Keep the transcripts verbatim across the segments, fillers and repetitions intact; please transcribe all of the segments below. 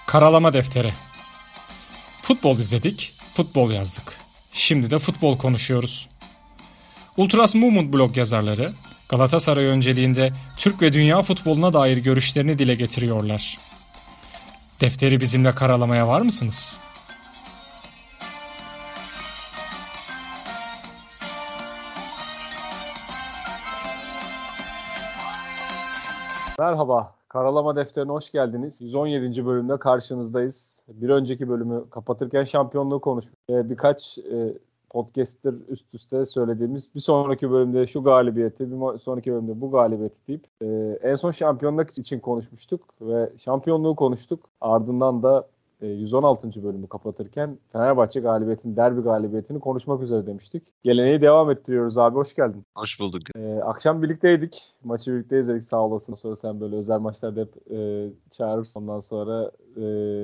Karalama defteri. Futbol izledik, futbol yazdık. Şimdi de futbol konuşuyoruz. Ultras Movement blog yazarları Galatasaray önceliğinde Türk ve dünya futboluna dair görüşlerini dile getiriyorlar. Defteri bizimle karalamaya var mısınız? Merhaba, Karalama Defteri'ne hoş geldiniz. yüz on yedinci bölümde karşınızdayız. Bir önceki bölümü kapatırken şampiyonluğu konuştuk. Ee, birkaç e, podcast'tir üst üste söylediğimiz bir sonraki bölümde şu galibiyeti, bir sonraki bölümde bu galibiyeti deyip e, en son şampiyonluk için konuşmuştuk ve şampiyonluğu konuştuk. Ardından da yüz on altıncı bölümü kapatırken Fenerbahçe galibiyetini, derbi galibiyetini konuşmak üzere demiştik. Geleneği devam ettiriyoruz abi, hoş geldin. Hoş bulduk. Ee, akşam birlikteydik. Maçı birlikte izledik, sağ olasın. Sonra sen böyle özel maçlarda hep e, çağırırsın. Ondan sonra e,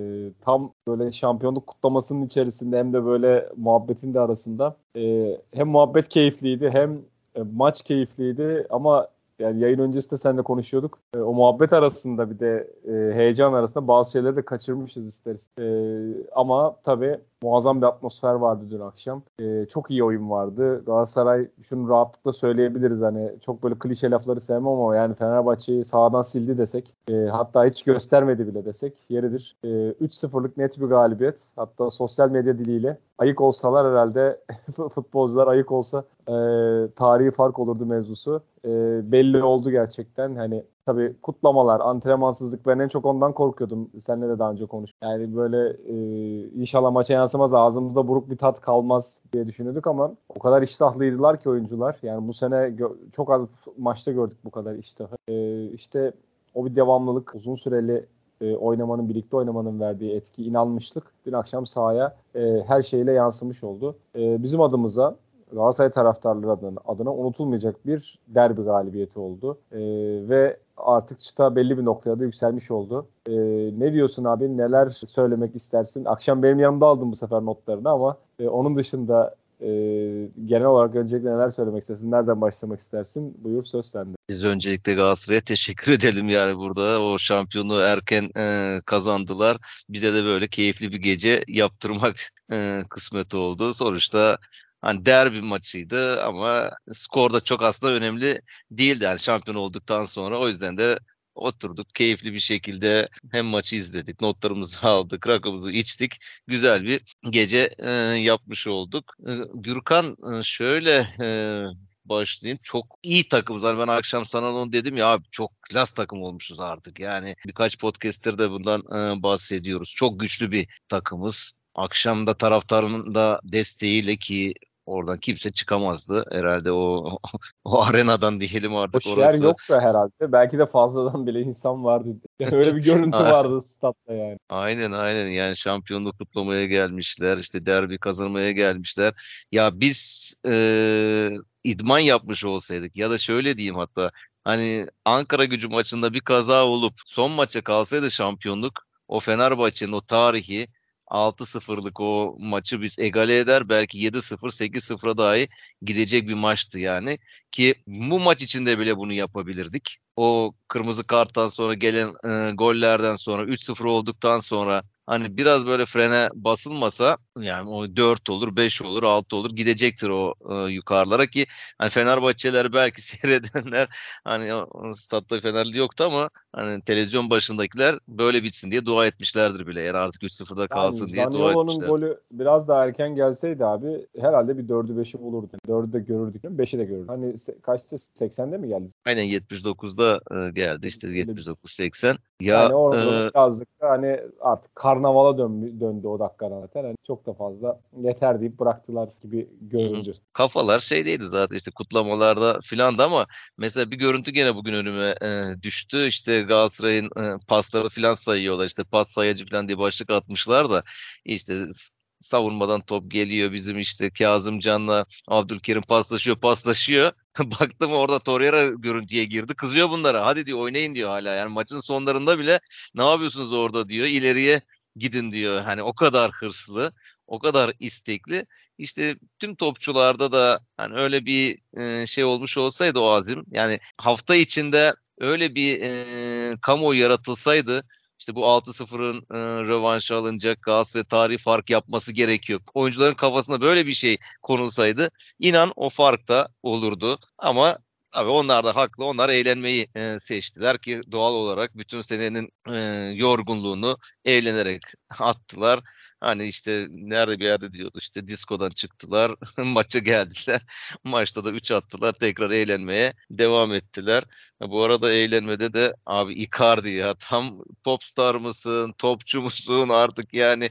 tam böyle şampiyonluk kutlamasının içerisinde hem de böyle muhabbetin de arasında e, hem muhabbet keyifliydi hem e, maç keyifliydi ama yani yayın öncesi de seninle konuşuyorduk. E, o muhabbet arasında bir de e, heyecan arasında bazı şeyleri de kaçırmışız isteriz. E, ama tabii muazzam bir atmosfer vardı dün akşam. E, çok iyi oyun vardı. Galatasaray, şunu rahatlıkla söyleyebiliriz. Hani çok böyle klişe lafları sevmem ama yani Fenerbahçe'yi sahadan sildi desek, e, hatta hiç göstermedi bile desek yeridir. E, üç sıfırlık net bir galibiyet. Hatta sosyal medya diliyle ayık olsalar herhalde futbolcular ayık olsa e, tarihi fark olurdu mevzusu. E, belli oldu gerçekten. Hani tabii kutlamalar, antrenmansızlık, ben en çok ondan korkuyordum. Seninle de daha önce konuştuk. Yani böyle e, inşallah maça yansımaz, ağzımızda buruk bir tat kalmaz diye düşünüyorduk ama o kadar iştahlıydılar ki oyuncular. Yani bu sene gö- çok az maçta gördük bu kadar iştahı. E, işte o bir devamlılık, uzun süreli e, oynamanın, birlikte oynamanın verdiği etki, inanmışlık dün akşam sahaya e, her şeyle yansımış oldu. E, bizim adımıza, Galatasaray taraftarları adına, adına unutulmayacak bir derbi galibiyeti oldu. Ee, ve artık çıta belli bir noktaya da yükselmiş oldu. Ee, ne diyorsun abi? Neler söylemek istersin? Akşam benim yanımda aldım bu sefer notlarını ama e, onun dışında e, genel olarak öncelikle neler söylemek istersin? Nereden başlamak istersin? Buyur, söz sende. Biz öncelikle Galatasaray'a teşekkür edelim yani burada. O şampiyonluğu erken e, kazandılar. Bize de böyle keyifli bir gece yaptırmak e, kısmet oldu. Sonuçta hani derbi maçıydı ama skor da çok aslında önemli değildi yani şampiyon olduktan sonra. O yüzden de oturduk keyifli bir şekilde hem maçı izledik, notlarımızı aldık, rakımızı içtik. Güzel bir gece e, yapmış olduk. E, Gürkan e, şöyle e, başlayayım. Çok iyi takımız. Hani ben akşam sana onu dedim ya abi, çok klas takım olmuşuz artık. Yani birkaç podcaster de bundan e, bahsediyoruz. Çok güçlü bir takımız. Akşam da taraftarın da desteğiyle ki oradan kimse çıkamazdı. Herhalde o o arenadan diyelim artık Boş yer orası. yoktu herhalde. Belki de fazladan bile insan vardı. Yani öyle bir görüntü vardı statta yani. Aynen aynen yani şampiyonluk kutlamaya gelmişler, işte derbi kazanmaya gelmişler. Ya biz e, idman yapmış olsaydık ya da şöyle diyeyim, hatta hani Ankara Gücü maçında bir kaza olup son maça kalsaydı şampiyonluk, o Fenerbahçe'nin o tarihi altı sıfırlık o maçı biz egale eder, belki yedi sıfır sekiz sıfıra dahi gidecek bir maçtı yani, ki bu maç içinde bile bunu yapabilirdik. O kırmızı karttan sonra gelen e, gollerden sonra üç sıfır olduktan sonra hani biraz böyle frene basılmasa yani o dört olur, beş olur, altı olur, gidecektir o e, yukarılara ki hani Fenerbahçeliler belki seyredenler, hani o, o statta Fenerli yoktu ama hani televizyon başındakiler böyle bitsin diye dua etmişlerdir bile. Yani artık üç sıfırda Yani kalsın diye dua Zaniolo'nun etmişlerdir. golü biraz daha erken gelseydi abi herhalde bir dördü beşi bulurdu. Dördü de görürdük, beşi de görürdük. Hani se- kaçtı? seksende mi geldi? Aynen yetmiş dokuzda e, geldi işte, Öyle bir- yetmiş dokuz seksen. Ya Yani orada da e, birazcık da hani artık karnavala dön, döndü o dakikadan zaten. Hani çok da fazla yeter deyip bıraktılar gibi Hı hı. göründü. Kafalar şeydeydi zaten, işte kutlamalarda filan da, ama mesela bir görüntü gene bugün önüme e, düştü. İşte Galatasaray'ın e, pasları filan sayıyorlar. İşte pas sayacı filan diye başlık atmışlar da işte s- savunmadan top geliyor, bizim işte Kazımcan'la Abdülkerim paslaşıyor paslaşıyor. Baktım orada Torreira görüntüye girdi. Kızıyor bunlara. Hadi diyor, oynayın diyor hala. Yani maçın sonlarında bile ne yapıyorsunuz orada diyor. İleriye gidin diyor. Hani o kadar hırslı, o kadar istekli. İşte tüm topçularda da hani öyle bir e, şey olmuş olsaydı, o azim. Yani hafta içinde öyle bir e, kamuoyu yaratılsaydı, işte bu altı sıfırın e, rövanşı alınacak, Galatasaray tarihi fark yapması gerekiyor. Oyuncuların kafasına böyle bir şey konulsaydı inan o fark da olurdu. Ama tabii onlar da haklı. Onlar eğlenmeyi e, seçtiler ki doğal olarak bütün senenin e, yorgunluğunu eğlenerek attılar. Hani işte nerede bir yerde diyordu, işte diskodan çıktılar, maça geldiler. Maçta da üç attılar, tekrar eğlenmeye devam ettiler. Ha, bu arada eğlenmede de abi Icardi ya, tam popstar mısın, topçu musun artık yani.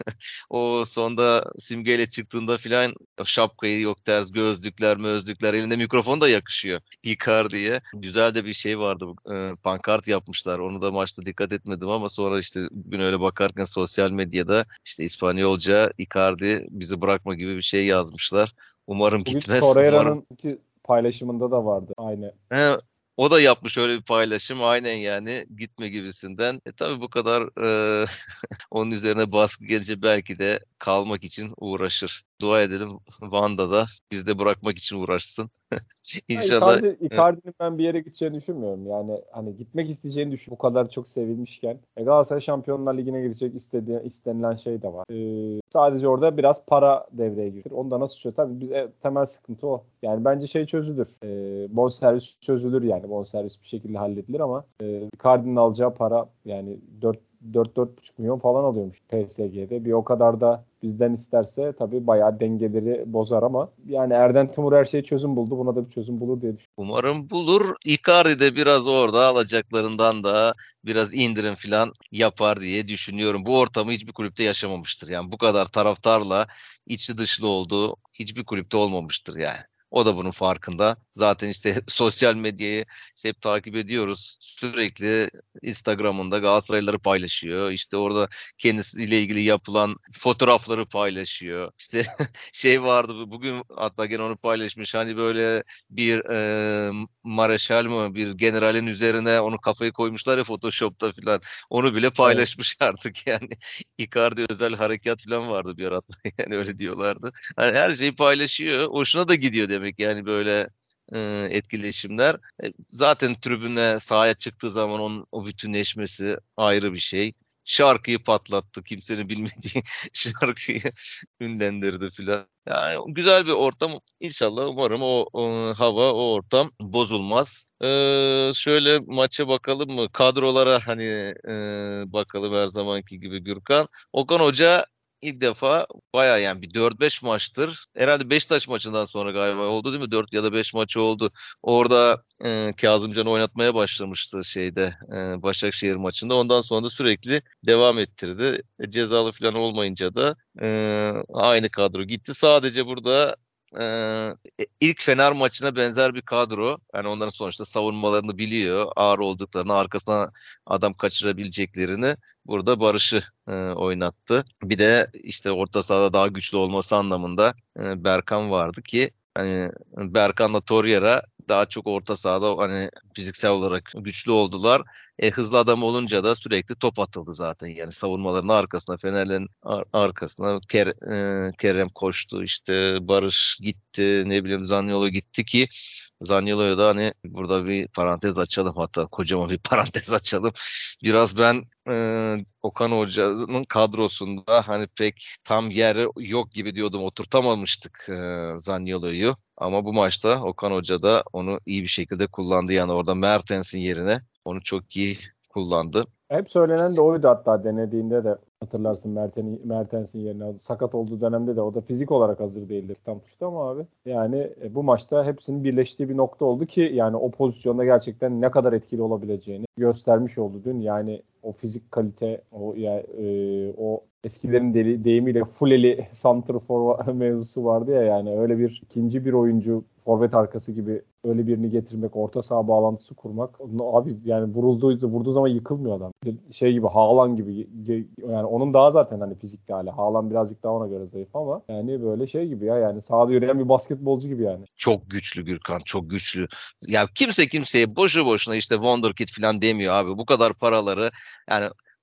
O sonda simgeyle çıktığında filan şapkayı yok, ters gözlükler mözlükler, elinde mikrofon da yakışıyor Icardi'ye. Güzel de bir şey vardı, bu, e, pankart yapmışlar. Onu da maçta dikkat etmedim ama sonra işte bugün öyle bakarken sosyal medyada işte İspanyolca Icardi bizi bırakma gibi bir şey yazmışlar. Umarım Bugün gitmez. Umarım. Torreira'nın iki paylaşımında da vardı aynı. He, o da yapmış öyle bir paylaşım. Aynen yani gitme gibisinden. E tabii bu kadar e, onun üzerine baskı gelince belki de kalmak için uğraşır. Dua edelim Van'da da bizde bırakmak için uğraşsın. Ya İnşallah. Icardi, e, Icardi'nin ben bir yere gideceğini düşünmüyorum. Yani hani gitmek isteyeceğini düşün. Bu kadar çok sevilmişken. E Galatasaray Şampiyonlar Ligi'ne gidecek, istediği, istenilen şey de var. Ee, sadece orada biraz para devreye girer. Onda nasıl çözülür? Tabii biz, e, temel sıkıntı o. Yani bence şey çözülür. E, bonservis çözülür yani. Bonservis bir şekilde halledilir ama e, Icardi'nin alacağı para yani dört dört dört buçuk milyon falan alıyormuş P S G'de. Bir o kadar da bizden isterse tabii bayağı dengeleri bozar ama yani Erden Timur her şeye çözüm buldu. Buna da bir çözüm bulur diye düşünüyorum. Umarım bulur. Icardi de biraz orada alacaklarından da biraz indirim falan yapar diye düşünüyorum. Bu ortamı hiçbir kulüpte yaşamamıştır. Yani bu kadar taraftarla içli dışlı olduğu hiçbir kulüpte olmamıştır yani. O da bunun farkında. Zaten işte sosyal medyayı işte hep takip ediyoruz. Sürekli Instagram'ında Galatasaraylıları paylaşıyor. İşte orada kendisiyle ilgili yapılan fotoğrafları paylaşıyor. İşte şey vardı bugün, hatta gene onu paylaşmış. Hani böyle bir e, mareşal mı, bir generalin üzerine onu kafayı koymuşlar ya Photoshop'ta filan. Onu bile Evet. paylaşmış artık yani. Icardi özel harekat falan vardı bir ara. Yani öyle diyorlardı. Hani her şeyi paylaşıyor. Hoşuna da gidiyor demek yani böyle e, etkileşimler. E, zaten tribüne, sahaya çıktığı zaman onun o bütünleşmesi ayrı bir şey. Şarkıyı patlattı. Kimsenin bilmediği şarkıyı ünlendirdi filan. Yani güzel bir ortam. İnşallah umarım o, o hava, o ortam bozulmaz. Ee, şöyle maça bakalım mı? Kadrolara hani e, bakalım her zamanki gibi Gürkan. Okan Hoca ilk defa baya yani bir dört beş maçtır. Herhalde Beşiktaş maçından sonra galiba oldu değil mi? Dört ya da beş maçı oldu. Orada e, Kazımcan'ı oynatmaya başlamıştı şeyde e, Başakşehir maçında. Ondan sonra da sürekli devam ettirdi. E, cezalı falan olmayınca da ee, aynı kadro gitti. Sadece burada e, ilk Fener maçına benzer bir kadro. Yani onların sonuçta savunmalarını biliyor. Ağır olduklarını, arkasına adam kaçırabileceklerini burada Barış'ı e, oynattı. Bir de işte orta sahada daha güçlü olması anlamında e, Berkan vardı ki hani Berkan'la Torreira daha çok orta sahada hani fiziksel olarak güçlü oldular. E, hızlı adam olunca da sürekli top atıldı zaten. Yani savunmaların arkasına, Fener'in ar- arkasına Ker- e, Kerem koştu, işte Barış gitti, ne bileyim Zaniolo gitti ki Zaniolo'ya da hani burada bir parantez açalım, hatta kocaman bir parantez açalım. Biraz ben e, Okan Hoca'nın kadrosunda hani pek tam yeri yok gibi diyordum. Oturtamamıştık e, Zaniolo'yu. Ama bu maçta Okan Hoca da onu iyi bir şekilde kullandı. Yani orada Mertens'in yerine onu çok iyi kullandı. Hep söylenen de oydu hatta denediğinde de hatırlarsın Mertens'in Mertens'in yerine sakat olduğu dönemde de o da fizik olarak hazır değildir tam tuşta ama abi yani e, bu maçta hepsinin birleştiği bir nokta oldu ki yani o pozisyonda gerçekten ne kadar etkili olabileceğini göstermiş oldu dün. Yani o fizik kalite, o yani, e, o eskilerin deli, deyimiyle fuleli santrfor mevzusu vardı ya, yani öyle bir ikinci bir oyuncu forvet arkası gibi öyle birini getirmek, orta saha bağlantısı kurmak. Abi yani vurulduğu vurduğu zaman yıkılmıyor adam. Şey gibi, Haaland gibi, yani onun daha zaten hani fizikli hali. Haaland birazcık daha ona göre zayıf ama yani böyle şey gibi ya, yani sahada yürüyen bir basketbolcu gibi yani. Çok güçlü Gürkan, çok güçlü. Ya kimse kimseye boşu boşuna işte Wonderkid falan demiyor abi. Bu kadar paraları yani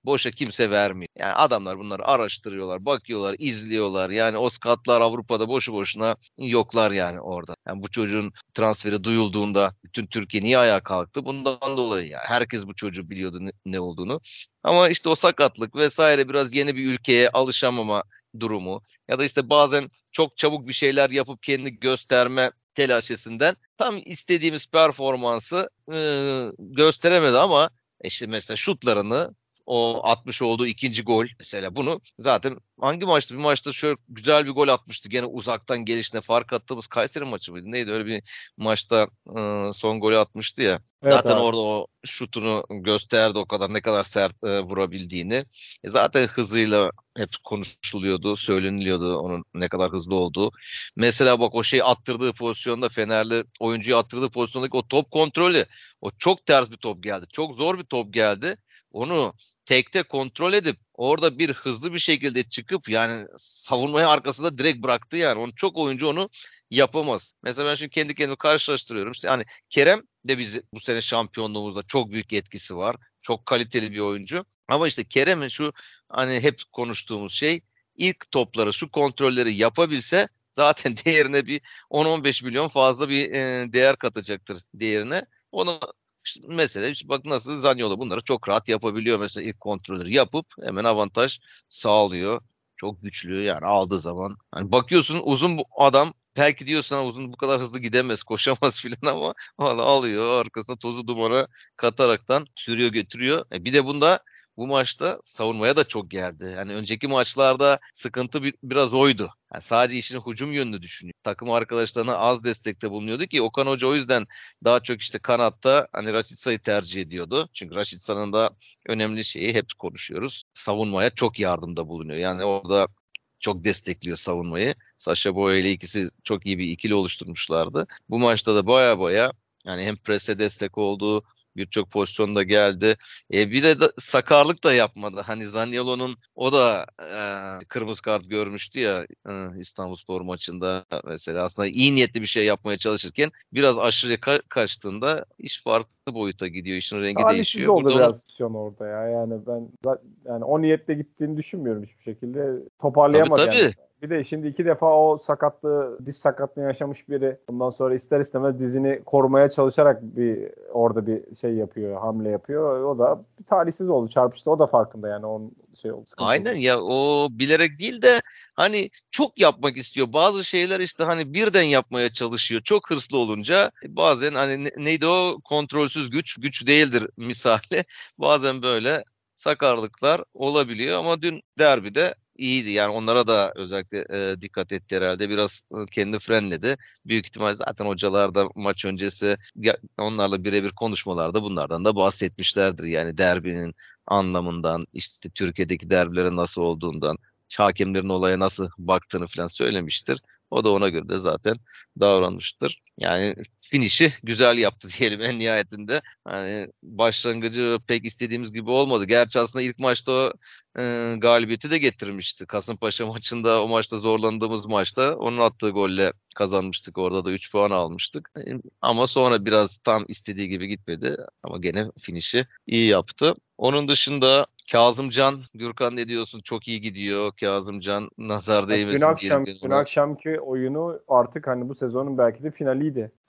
boşa kimse vermiyor. Yani adamlar bunları araştırıyorlar, bakıyorlar, izliyorlar. Yani o scoutlar Avrupa'da boşu boşuna yoklar yani orada. Yani bu çocuğun transferi duyulduğunda bütün Türkiye niye ayağa kalktı? Bundan dolayı yani. Herkes bu çocuğu biliyordu ne, ne olduğunu. Ama işte o sakatlık vesaire, biraz yeni bir ülkeye alışamama durumu ya da işte bazen çok çabuk bir şeyler yapıp kendini gösterme telaşesinden tam istediğimiz performansı e, gösteremedi ama işte mesela şutlarını, o atmış olduğu ikinci gol mesela, bunu zaten hangi maçtı? Bir maçta şöyle güzel bir gol atmıştı. Gene uzaktan gelişine fark attığımız Kayseri maçı mıydı? Neydi? Öyle bir maçta e, son golü atmıştı ya. Evet Zaten abi. orada o şutunu gösterdi, o kadar ne kadar sert e, vurabildiğini. E, zaten hızıyla hep konuşuluyordu, söyleniliyordu onun ne kadar hızlı olduğu. Mesela bak, o şey attırdığı pozisyonda, Fenerli oyuncuyu attırdığı pozisyondaki o top kontrolü, o çok ters bir top geldi. Çok zor bir top geldi. Onu tekte kontrol edip orada bir hızlı bir şekilde çıkıp yani savunmayı arkasında direkt bıraktı yani. Onu çok oyuncu onu yapamaz. Mesela ben şimdi kendi kendimi karşılaştırıyorum. İşte hani Kerem de biz bu sene şampiyonluğumuzda çok büyük etkisi var. Çok kaliteli bir oyuncu. Ama işte Kerem'in şu hani hep konuştuğumuz şey, ilk topları, şu kontrolleri yapabilse zaten değerine bir on on beş milyon fazla bir e, değer katacaktır değerine. Onu işte mesela işte bak nasıl Zaniolo bunları çok rahat yapabiliyor. Mesela ilk kontrolleri yapıp hemen avantaj sağlıyor. Çok güçlü yani aldığı zaman. Hani bakıyorsun uzun bu adam, belki diyorsun "Ha, uzun bu kadar hızlı gidemez, koşamaz" filan ama valla alıyor arkasına tozu dumana kataraktan sürüyor götürüyor. E bir de bunda bu maçta savunmaya da çok geldi. Yani önceki maçlarda sıkıntı bir, biraz oydu. Yani sadece işin hücum yönünü düşünüyor. Takım arkadaşlarına az destekte bulunuyordu ki Okan Hoca o yüzden daha çok işte kanatta hani Raşitsa'yı tercih ediyordu. Çünkü Raşitsa'nın da önemli şeyi, hep konuşuyoruz, savunmaya çok yardımda bulunuyor. Yani orada çok destekliyor savunmayı. Sacha Boey ile ikisi çok iyi bir ikili oluşturmuşlardı. Bu maçta da baya baya yani hem prese destek oldu, birçok pozisyonda geldi. E, bir de, de sakarlık da yapmadı. Hani Zaniolo'nun o da e, kırmızı kart görmüştü ya e, İstanbulspor maçında mesela. Aslında iyi niyetli bir şey yapmaya çalışırken biraz aşırı ka- kaçtığında iş farklı boyuta gidiyor. İşin rengi Talihsiz değişiyor. oldu Burada onun biraz pozisyon orada ya. Yani ben za- yani o niyetle gittiğini düşünmüyorum hiçbir şekilde. tabii Toparlayamadı yani. tabii. Bir de şimdi iki defa o sakatlığı, diz sakatlığı yaşamış biri. Bundan sonra ister istemez dizini korumaya çalışarak bir orada bir şey yapıyor, hamle yapıyor. O da bir talihsiz oldu. Çarpıştı. O da farkında yani onun şey oldu, sıkıntı Aynen oldu. ya, o bilerek değil de hani çok yapmak istiyor. Bazı şeyler işte hani birden yapmaya çalışıyor. Çok hırslı olunca bazen hani ne- neydi o, kontrolsüz güç güç değildir misali. Bazen böyle sakarlıklar olabiliyor ama dün derbide iyiydi. Yani onlara da özellikle e, dikkat etti herhalde. Biraz e, kendi frenledi. Büyük ihtimal zaten hocalar da maç öncesi ya- onlarla birebir konuşmalarda bunlardan da bahsetmişlerdir. Yani derbinin anlamından, işte Türkiye'deki derbilere nasıl olduğundan, hakemlerin olaya nasıl baktığını falan söylemiştir. O da ona göre de zaten davranmıştır. Yani finişi güzel yaptı diyelim en nihayetinde. Hani başlangıcı pek istediğimiz gibi olmadı. Gerçi aslında ilk maçta o e, galibiyeti de getirmişti. Kasımpaşa maçında, o maçta zorlandığımız maçta onun attığı golle kazanmıştık. Orada da üç puan almıştık. E, Ama sonra biraz tam istediği gibi gitmedi. Ama gene finişi iyi yaptı. Onun dışında Kazımcan, Gürkan ne diyorsun? Çok iyi gidiyor Kazımcan. Nazar Ya dün değmesin diyelim akşam gene dün ona. akşamki oyunu artık hani bu sezonun belki de finaliydi. Ee,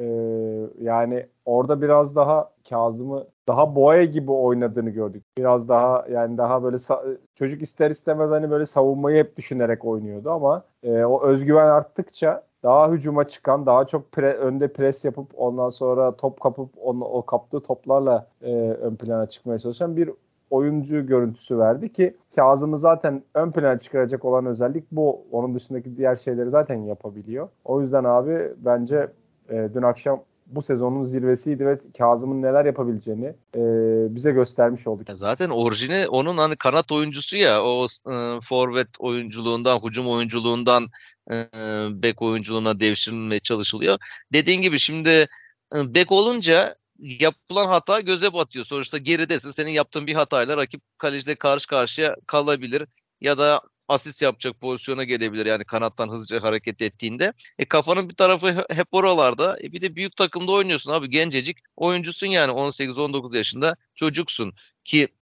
yani orada biraz daha Kazım'ı daha Boya gibi oynadığını gördük. Biraz daha yani daha böyle sa- çocuk ister istemez hani böyle savunmayı hep düşünerek oynuyordu ama e, o özgüven arttıkça daha hücuma çıkan, daha çok pre, önde pres yapıp ondan sonra top kapıp onu, o kaptığı toplarla e, ön plana çıkmaya çalışan bir oyuncu görüntüsü verdi ki Kazım'ı zaten ön plana çıkaracak olan özellik bu. Onun dışındaki diğer şeyleri zaten yapabiliyor. O yüzden abi bence e, dün akşam bu sezonun zirvesiydi ve Kazım'ın neler yapabileceğini e, bize göstermiş olduk. Ya zaten orijini onun hani kanat oyuncusu ya, o e, forvet oyunculuğundan, hücum oyunculuğundan e, bek oyunculuğuna devşirilmeye çalışılıyor. Dediğin gibi şimdi e, bek olunca yapılan hata göze batıyor. Sonuçta geridesin. Senin yaptığın bir hatayla rakip kaleciyle karşı karşıya kalabilir ya da asist yapacak pozisyona gelebilir yani kanattan hızlıca hareket ettiğinde. E kafanın bir tarafı he- hep oralarda. E bir de büyük takımda oynuyorsun abi, gencecik oyuncusun yani on sekiz on dokuz yaşında çocuksun ki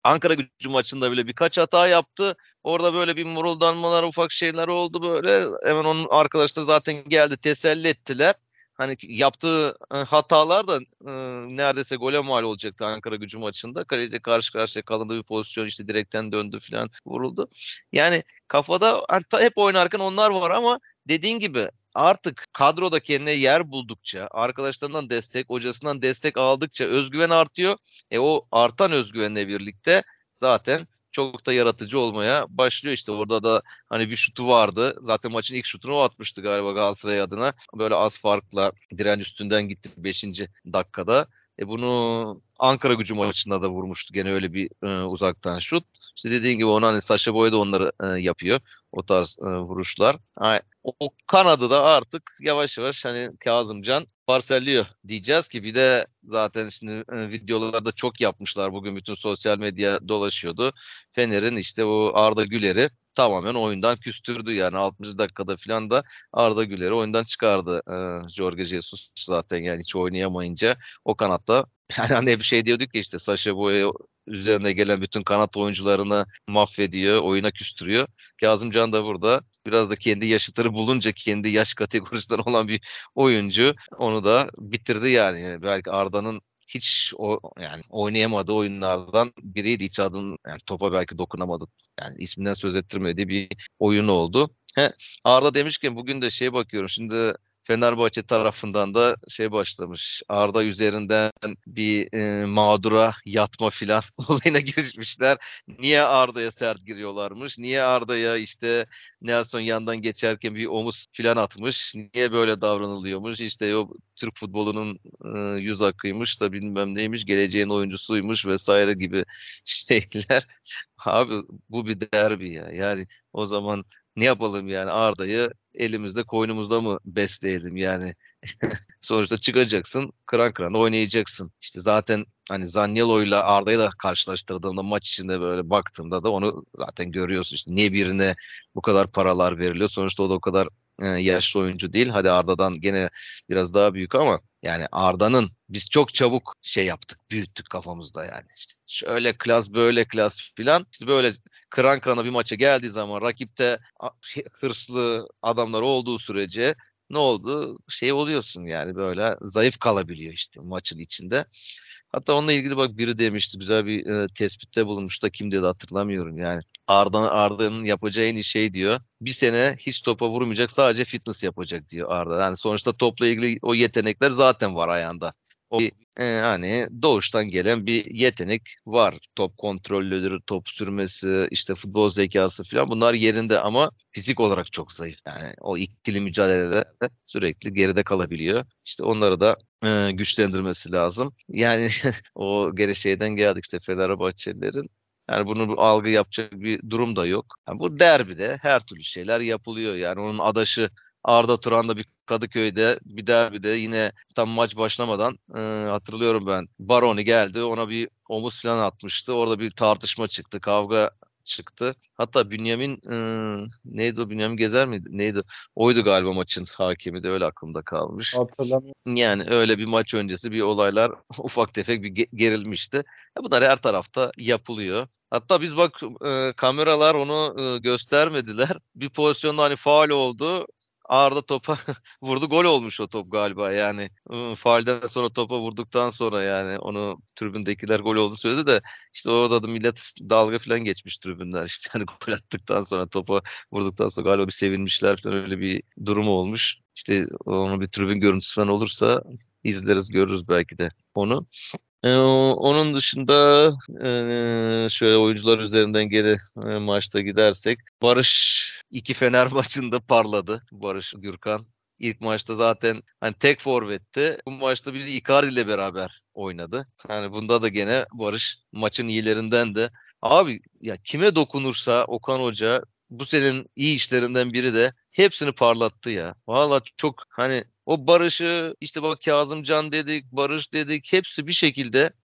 Ankara Gücü maçında bile birkaç hata yaptı. Orada böyle bir mırıldanmalar, ufak şeyler oldu böyle. Hemen onun arkadaşlar zaten geldi, teselli ettiler. Hani yaptığı e, hatalar da e, neredeyse gole mal olacaktı Ankara Gücü maçında. Kaleci karşı karşıya kalındı, bir pozisyon işte direkten döndü falan, vuruldu. Yani kafada hani ta- hep oynarken onlar var ama dediğin gibi artık kadroda kendine yer buldukça, arkadaşlarından destek, hocasından destek aldıkça özgüven artıyor. E o artan özgüvenle birlikte zaten çok da yaratıcı olmaya başlıyor. İşte orada da hani bir şutu vardı. Zaten maçın ilk şutunu o atmıştı galiba Galatasaray adına. Böyle az farkla direnç üstünden gitti beşinci dakikada. E bunu Ankara Gücü maçında da vurmuştu. Gene öyle bir e, uzaktan şut. İşte dediğin gibi onu hani Sacha Boey da onları e, yapıyor. O tarz e, vuruşlar. Ha, o, o kanadı da artık yavaş yavaş hani Kazımcan parselliyor diyeceğiz ki bir de zaten şimdi e, videolarda çok yapmışlar, bugün bütün sosyal medya dolaşıyordu. Fener'in işte o Arda Güler'i tamamen oyundan küstürdü, yani altıncı dakikada falan da Arda Güler'i oyundan çıkardı e, Jorge Jesus zaten, yani hiç oynayamayınca o kanatta. Yani hani hep şey diyorduk ya, işte Sacha Boey üzerine gelen bütün kanat oyuncularını mahvediyor, oyuna küstürüyor. Kazımcan da burada biraz da kendi yaşıtını bulunca, kendi yaş kategorisinden olan bir oyuncu, onu da bitirdi yani. Yani belki Arda'nın hiç o yani oynayamadığı oyunlardan biriydi. Hiç adının yani topa belki dokunamadı. Yani isminden söz ettirmediği bir oyun oldu. He, Arda demişken bugün de şeye bakıyorum. Şimdi Fenerbahçe tarafından da şey başlamış. Arda üzerinden bir e, mağdura yatma filan olayına girişmişler. Niye Arda'ya sert giriyorlarmış? Niye Arda'ya işte Nelson yandan geçerken bir omuz filan atmış? Niye böyle davranılıyormuş? İşte o Türk futbolunun e, yüz akıymış da bilmem neymiş, geleceğin oyuncusuymuş vesaire gibi şeyler. Abi bu bir derbi ya. Yani o zaman ne yapalım yani, Arda'yı elimizde koynumuzda mı besleyelim yani? Sonuçta çıkacaksın, kıran kırana oynayacaksın. İşte zaten hani Zaniolo'yla Arda'yı da karşılaştırdığında, maç içinde böyle baktığında da onu zaten görüyorsun. İşte niye birine bu kadar paralar veriliyor? Sonuçta o da o kadar e, yaşlı oyuncu değil. Hadi Arda'dan gene biraz daha büyük ama yani Arda'nın biz çok çabuk şey yaptık, büyüttük kafamızda yani. İşte şöyle klas, böyle klas filan. İşte böyle kıran kırana bir maça geldiği zaman rakipte a- hırslı adamlar olduğu sürece ne oldu? Şey oluyorsun yani, böyle zayıf kalabiliyor işte maçın içinde. Hatta onunla ilgili bak biri demişti, güzel bir e, tespitte bulunmuş da kim dedi hatırlamıyorum yani. Arda, Arda'nın yapacağı en iyi şey diyor, bir sene hiç topa vurmayacak, sadece fitness yapacak diyor Arda. Yani sonuçta topla ilgili o yetenekler zaten var ayağında. O e, hani doğuştan gelen bir yetenek var. Top kontrollüdür, top sürmesi, işte futbol zekası falan, bunlar yerinde ama fizik olarak çok zayıf. Yani o ikili mücadelelerde sürekli geride kalabiliyor. İşte onları da e, güçlendirmesi lazım. Yani o geri şeyden geldik işte, Fenerbahçelilerin. Yani bunu bir algı yapacak bir durum da yok. Yani bu derbide her türlü şeyler yapılıyor. Yani onun adaşı Arda Turan da bir Kadıköy'de bir derbide yine tam maç başlamadan e, hatırlıyorum ben. Baroni geldi, ona bir omuz falan atmıştı. Orada bir tartışma çıktı, kavga çıktı. Hatta Bünyamin e, neydi o, Bünyamin Gezer miydi? Neydi? Oydu galiba maçın hakemi de, öyle aklımda kalmış. Hatırlamıyorum. Yani öyle bir maç öncesi bir olaylar ufak tefek bir ge- gerilmişti. E bunlar her tarafta yapılıyor. Hatta biz bak e, kameralar onu e, göstermediler. Bir pozisyonda hani faul oldu. Arda topa vurdu. Gol olmuş o top galiba yani. E, faulden sonra topa vurduktan sonra yani onu tribündekiler gol oldu söyledi de işte orada da millet dalga falan geçmiş tribünler. İşte hani gol attıktan sonra, topa vurduktan sonra galiba bir sevinmişler falan, öyle bir durum olmuş. İşte onun bir tribün görüntüsü falan olursa izleriz, görürüz belki de onu. Ee, onun dışında e, şöyle oyuncular üzerinden geri e, maçta gidersek, Barış iki Fener maçında parladı. Barış Gürkan. İlk maçta zaten hani tek forvetti. Bu maçta bir Icardi ile beraber oynadı. Yani bunda da gene Barış maçın iyilerinden de. Abi ya kime dokunursa Okan Hoca, bu senin iyi işlerinden biri de, hepsini parlattı ya. Valla çok hani o Barış'ı işte bak, Kazımcan dedik, Barış dedik, hepsi bir şekilde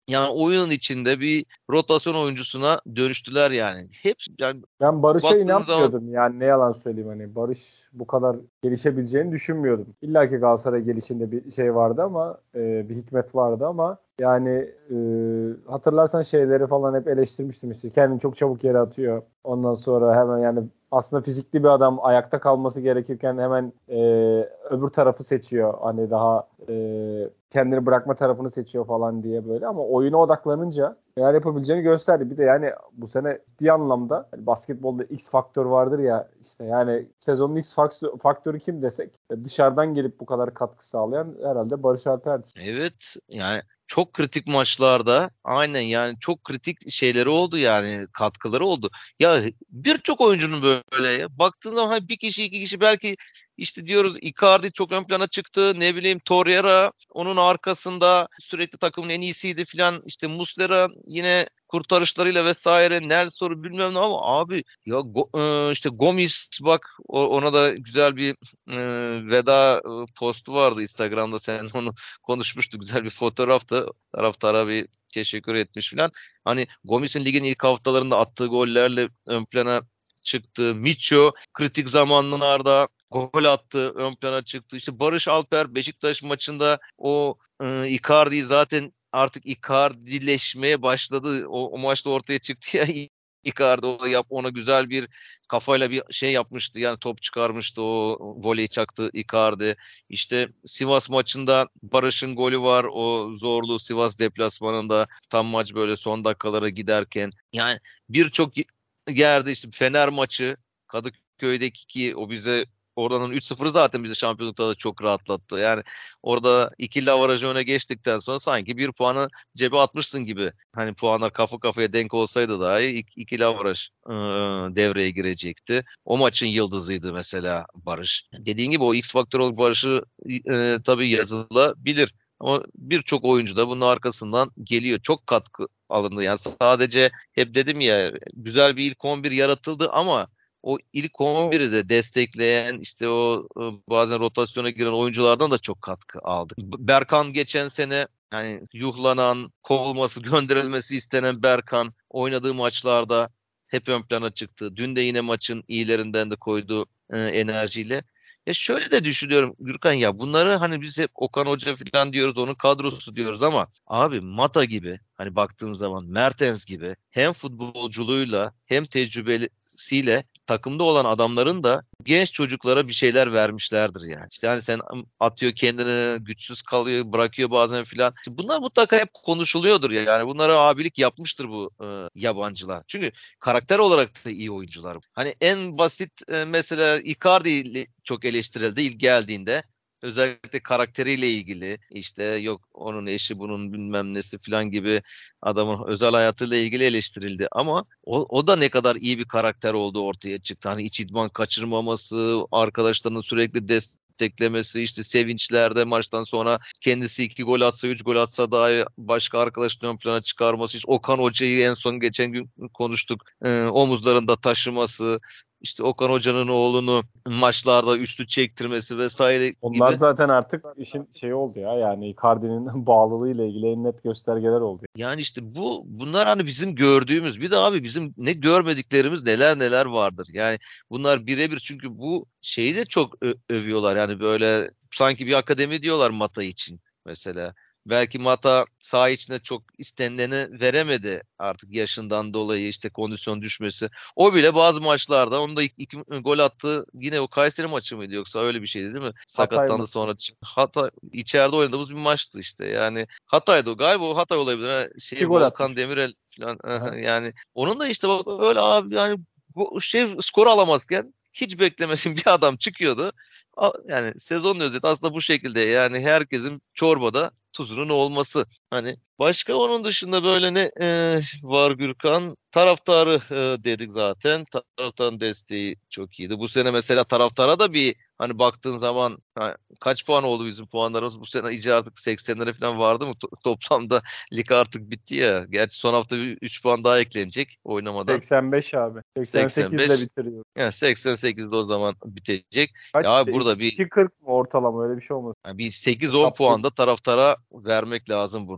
yani oyunun içinde bir rotasyon oyuncusuna dönüştüler yani. Hep yani Ben Barış'a baktığın zaman inanmıyordum yani, ne yalan söyleyeyim, hani Barış bu kadar gelişebileceğini düşünmüyordum. İlla ki Galatasaray gelişinde bir şey vardı ama e, bir hikmet vardı ama yani e, hatırlarsan şeyleri falan hep eleştirmiştim işte. Kendini çok çabuk yere atıyor. Ondan sonra hemen yani aslında fizikli bir adam, ayakta kalması gerekirken hemen e, öbür tarafı seçiyor. Hani daha e, kendini bırakma tarafını seçiyor falan diye böyle, ama oyuna odaklanınca neler yapabileceğini gösterdi. Bir de yani bu sene ciddi anlamda hani basketbolda X faktör vardır ya işte, yani sezonun X faktörü kim desek dışarıdan gelip bu kadar katkı sağlayan herhalde Barış Alper'dir. evet yani çok kritik maçlarda aynen yani çok kritik şeyleri oldu yani katkıları oldu. Ya birçok oyuncunun böyle ya. Baktığın zaman hani bir kişi iki kişi belki işte diyoruz Icardi çok ön plana çıktı, ne bileyim Torreira onun arkasında sürekli takımın en iyisiydi filan, işte Muslera yine kurtarışlarıyla vesaire, Nelson'u bilmem ne, ama abi ya Go- e, işte Gomis bak o- ona da güzel bir e, veda e, postu vardı Instagram'da, sen onu konuşmuştuk. Güzel bir fotoğraftı. Taraftara bir teşekkür etmiş filan. Hani Gomis'in ligin ilk haftalarında attığı gollerle ön plana çıktı. Micho kritik zamanlarda gol attı, ön plana çıktı. İşte Barış Alper Beşiktaş maçında o e, Icardi'yi zaten artık Icardileşmeye başladı. O, o maçta ortaya çıktı ya Icardi, o da yap, ona güzel bir kafayla bir şey yapmıştı. Yani top çıkarmıştı, o voleyi çaktı Icardi. İşte Sivas maçında Barış'ın golü var. O zorlu Sivas deplasmanında tam maç böyle son dakikalara giderken. Yani birçok yerde işte Fener maçı, Kadıköy'deki ki o bize oradanın üç sıfırı zaten bizi şampiyonlukta da çok rahatlattı. Yani orada ikili avarajı öne geçtikten sonra sanki bir puanı cebe atmışsın gibi. Hani puanlar kafa kafaya denk olsaydı dahi ik- ikili avaraj e, devreye girecekti. O maçın yıldızıydı mesela Barış. Dediğin gibi o X faktör olarak Barış'ı e, tabii yazılabilir. Ama birçok oyuncu da bunun arkasından geliyor. Çok katkı alındı. Yani sadece hep dedim ya, güzel bir ilk on bir yaratıldı ama o ilk on biri de destekleyen işte o e, bazen rotasyona giren oyunculardan da çok katkı aldık. Berkan geçen sene yani yuhlanan, kovulması, gönderilmesi istenen Berkan oynadığı maçlarda hep ön plana çıktı. Dün de yine maçın iyilerinden de koydu e, enerjiyle. Ya şöyle de düşünüyorum Gürkan, ya bunları hani biz hep Okan Hoca falan diyoruz, onun kadrosu diyoruz ama abi Mata gibi, hani baktığın zaman Mertens gibi hem futbolculuğuyla hem tecrübesiyle takımda olan adamların da genç çocuklara bir şeyler vermişlerdir yani. İşte hani sen atıyor kendini, güçsüz kalıyor, bırakıyor bazen filan. İşte bunlar mutlaka hep konuşuluyordur ya. Yani bunlara abilik yapmıştır bu e, yabancılar. Çünkü karakter olarak da iyi oyuncular. Hani en basit e, mesela Icardi çok eleştirildi ilk geldiğinde. Özellikle karakteriyle ilgili, işte yok onun eşi bunun bilmem nesi falan gibi adamın özel hayatıyla ilgili eleştirildi. Ama o, o da ne kadar iyi bir karakter olduğu ortaya çıktı. Hani hiç idman kaçırmaması, arkadaşlarının sürekli desteklemesi, işte sevinçlerde maçtan sonra kendisi iki gol atsa, üç gol atsa dahi başka arkadaşını ön plana çıkarması. İşte Okan Hoca'yı en son geçen gün konuştuk. Ee, omuzlarında taşıması, işte Okan Hoca'nın oğlunu maçlarda üçlü çektirmesi vesaire Onlar gibi. zaten artık işin şeyi oldu ya, yani Icardi'nin bağlılığıyla ilgili en net göstergeler oldu. Yani işte bu bunlar hani bizim gördüğümüz, bir de abi bizim ne görmediklerimiz neler neler vardır. Yani bunlar birebir, çünkü bu şeyi de çok ö- övüyorlar. Yani böyle sanki bir akademi diyorlar Mata için mesela. Belki Mata saha içinde çok istenileni veremedi artık yaşından dolayı, işte kondisyon düşmesi. O bile bazı maçlarda, onda iki, iki gol attı. Yine o Kayseri maçı mıydı yoksa öyle bir şeydi değil mi? Hatay Sakatlandı mı? sonra çıktı. Hatta içeride oynadığımız bir maçtı işte. Yani Hatay'dı o. Galiba o Hatay olabilir. Ha. İki Şey gol Volkan atmış. Demirel falan. Aha, Aha. yani onun da işte bak öyle abi, yani bu şey skor alamazken hiç beklemesin bir adam çıkıyordu. A- Yani sezonun özeti aslında bu şekilde. Yani herkesin çorbada tuzunun olması. Hani başka onun dışında böyle ne e, var Gürkan? Taraftarı e, dedik zaten. Taraftarın desteği çok iyiydi. Bu sene mesela taraftara da bir, hani baktığın zaman ha, kaç puan oldu bizim puanlarımız? Bu sene iyice artık seksenlere falan vardı mı? To- toplamda lig artık bitti ya. Gerçi son hafta üç puan daha eklenecek oynamadan. seksen beş abi. seksen sekiz ile seksen beş. bitiriyor. Yani seksen sekizde o zaman bitecek. Kaç? Ya burada bir iki kırk mı ortalama, öyle bir şey olmasın. yani bir sekiz on puan Hesaplayayım. da taraftara vermek lazım burada. Yani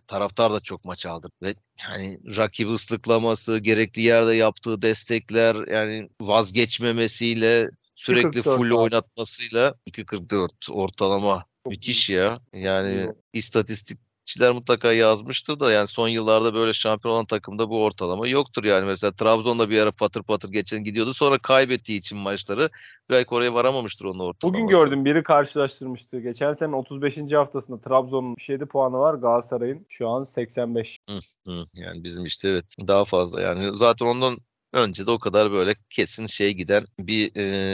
taraftar da çok maç aldı ve yani rakibi ıslıklaması, gerekli yerde yaptığı destekler, yani vazgeçmemesiyle, sürekli iki kırk dört full abi. oynatmasıyla iki kırk dört ortalama Çok iyi. müthiş ya. İyi Yani oldu. istatistikçiler mutlaka yazmıştır da yani son yıllarda böyle şampiyon olan takımda bu ortalama yoktur yani. Mesela Trabzon'da bir ara patır patır geçen gidiyordu, sonra kaybettiği için maçları belki oraya varamamıştır onun Bugün ortalaması. gördüm, biri karşılaştırmıştı. Geçen sene otuz beşinci haftasında Trabzon'un yetmiş yedi puanı var. Galatasaray'ın şu an seksen beş. Hı, hı. Yani bizim işte evet daha fazla yani zaten ondan önce de o kadar böyle kesin şey giden bir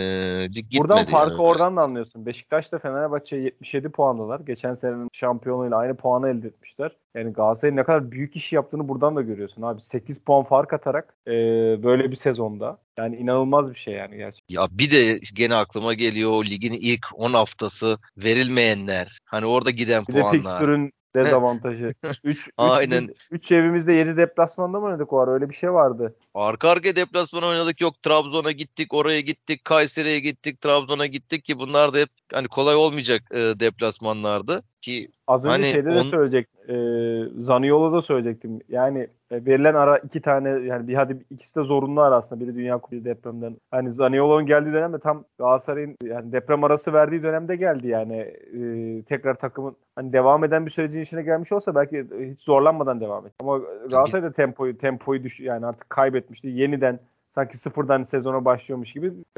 e, lig Buradan gitmedi yani farkı öyle. oradan da anlıyorsun. Beşiktaş da Fenerbahçe yetmiş yedi puandalar. Geçen senenin şampiyonuyla aynı puanı elde etmişler. Yani Galatasaray'ın ne kadar büyük iş yaptığını buradan da görüyorsun abi. sekiz puan fark atarak e, böyle bir sezonda. Yani inanılmaz bir şey yani gerçekten. Ya bir de gene aklıma geliyor o ligin ilk on haftası verilmeyenler. Hani orada giden Bir de puanlar. fikstürün dezavantajı. üç üç Aynen. biz üç evimizde yedi deplasmanda mı oynadık o ara? Öyle bir şey vardı. Arka arkaya deplasman oynadık. Yok Trabzon'a gittik, oraya gittik, Kayseri'ye gittik, Trabzon'a gittik ki bunlar da hep hani kolay olmayacak e, deplasmanlardı ki Az önce hani şeyde de on söyleyecek, e, Zaniolo'da söyleyecektim. Yani e, verilen ara iki tane, yani bir hadi ikisi de zorunlu ara aslında. Biri Dünya Kupası, depremden. Hani Zaniolo'nun geldiği dönemde tam Galatasaray'ın yani deprem arası verdiği dönemde geldi yani. E, tekrar takımın hani devam eden bir sürecin içine gelmiş olsa belki hiç zorlanmadan devam et. Ama bir, Galatasaray da tempoyu tempoyu düş yani artık kaybetmişti. Yeniden sanki sıfırdan sezona başlıyormuş gibi e,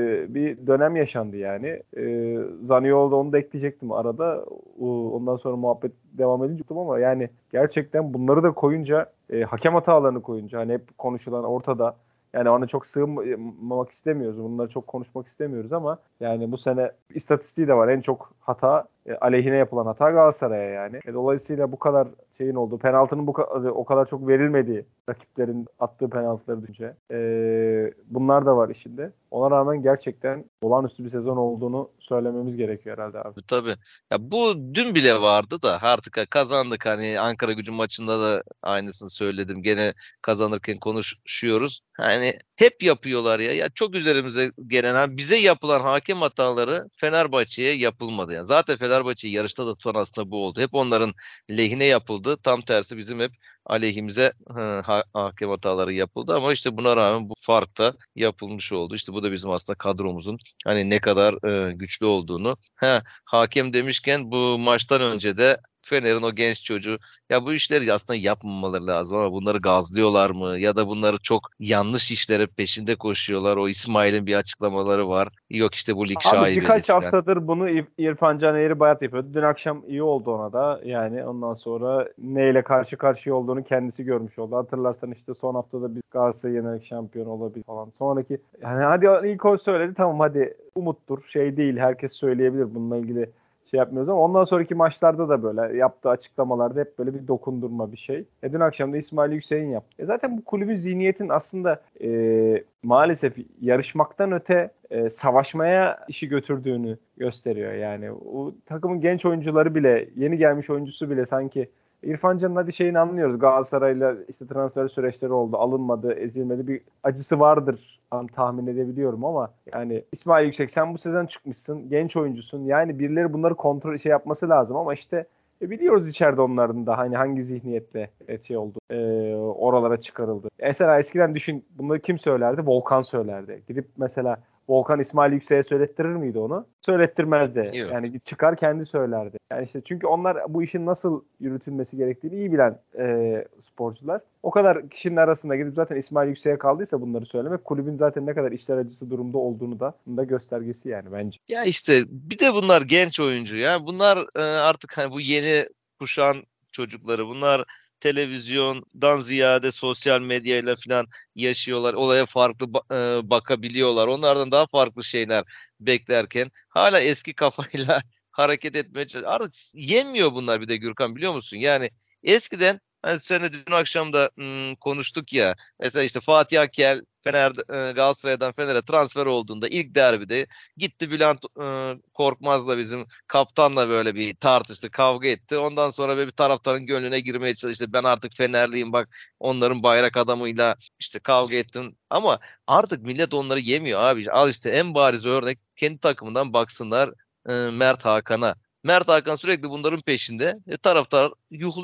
bir dönem yaşandı yani. E, Zaniolo'da onu da ekleyecektim arada. O, ondan sonra muhabbet devam edince ama yani gerçekten bunları da koyunca e, hakem hatalarını koyunca hani hep konuşulan ortada. Yani ona çok sığınmamak istemiyoruz. Bunları çok konuşmak istemiyoruz ama yani bu sene istatistiği de var. En çok hata e, aleyhine yapılan hata Galatasaray'a yani. E, dolayısıyla bu kadar şeyin olduğu, penaltının bu kadar, o kadar çok verilmediği, rakiplerin attığı penaltıları düşünce. E, bunlar da var işinde. Ona rağmen gerçekten olağanüstü bir sezon olduğunu söylememiz gerekiyor herhalde abi. tabii. Ya bu dün bile vardı da artık kazandık. Hani Ankara Gücü maçında da aynısını söyledim. Gene kazanırken konuşuyoruz. Hani hep yapıyorlar ya. Ya çok üzerimize gelen, ha, bize yapılan hakem hataları Fenerbahçe'ye yapılmadı. Yani zaten Fenerbahçe'yi yarışta da tutan aslında bu oldu. Hep onların lehine yapıldı. Tam tersi bizim hep aleyhimize hı, ha- hakem hataları yapıldı ama işte buna rağmen bu fark da yapılmış oldu. İşte bu da bizim aslında kadromuzun hani ne kadar e, güçlü olduğunu. Ha, hakem demişken bu maçtan önce de Fener'in o genç çocuğu, ya bu işleri aslında yapmamaları lazım ama bunları gazlıyorlar mı ya da bunları çok yanlış işlere peşinde koşuyorlar. O İsmail'in bir açıklamaları var. Yok işte bu lig Abi şaibeli birkaç falan. haftadır bunu İr- İrfan Can Eğri Bayat yapıyordu. Dün akşam iyi oldu ona da. Yani ondan sonra neyle karşı karşıya olduğunu kendisi görmüş oldu. Hatırlarsan işte son haftada biz Galatasaray'ı yenerek şampiyon olabilir falan. Sonraki yani hadi ilk o söyledi, tamam hadi umuttur. Şey değil, herkes söyleyebilir bununla ilgili şey yapmıyoruz ama ondan sonraki maçlarda da böyle yaptığı açıklamalarda hep böyle bir dokundurma bir şey. E dün akşam da İsmail Yüksek'in yaptı. E zaten bu kulübün zihniyetin aslında e, maalesef yarışmaktan öte e, savaşmaya işi götürdüğünü gösteriyor. Yani o takımın genç oyuncuları bile, yeni gelmiş oyuncusu bile sanki İrfan Can'ın hadi şeyini anlıyoruz. Galatasaray'la işte transfer süreçleri oldu. Alınmadı, ezilmedi. Bir acısı vardır tahmin edebiliyorum ama yani İsmail Yüksek, sen bu sezon çıkmışsın. Genç oyuncusun. Yani birileri bunları kontrol şey yapması lazım ama işte e biliyoruz içeride onların da hani hangi zihniyetle şey oldu. E, oralara çıkarıldı. Mesela eskiden düşün, bunları kim söylerdi? Volkan söylerdi. Gidip mesela Volkan İsmail Yüksek'e söylettirir miydi onu? Söylettirmezdi. Yok. Yani çıkar kendi söylerdi. Yani işte çünkü onlar bu işin nasıl yürütülmesi gerektiğini iyi bilen e, sporcular. O kadar kişinin arasında gidip zaten İsmail Yüksek'e kaldıysa bunları söylemek, kulübün zaten ne kadar işler acısı durumda olduğunu da bunun da göstergesi yani bence. Ya işte bir de bunlar genç oyuncu ya. Bunlar e, artık hani bu yeni kuşağın çocukları. Bunlar televizyondan ziyade sosyal medyayla falan yaşıyorlar. Olaya farklı ba- e, bakabiliyorlar. Onlardan daha farklı şeyler beklerken hala eski kafayla hareket etmeye çalışıyor. Artık yemiyor bunlar bir de Gürkan, biliyor musun? Yani eskiden hani sen de dün akşam da hmm, konuştuk ya. Mesela işte Fatih Akkel Fener, e, Galatasaray'dan Fener'e transfer olduğunda ilk derbide gitti Bülent e, Korkmaz'la bizim kaptanla böyle bir tartıştı, kavga etti. Ondan sonra böyle bir taraftarın gönlüne girmeye çalıştı. Ben artık Fenerliyim, bak onların bayrak adamıyla işte kavga ettim. Ama artık millet onları yemiyor abi. Al işte en bariz örnek, kendi takımından baksınlar e, Mert Hakan'a. Mert Hakan sürekli bunların peşinde. E, taraftar yuhluyor.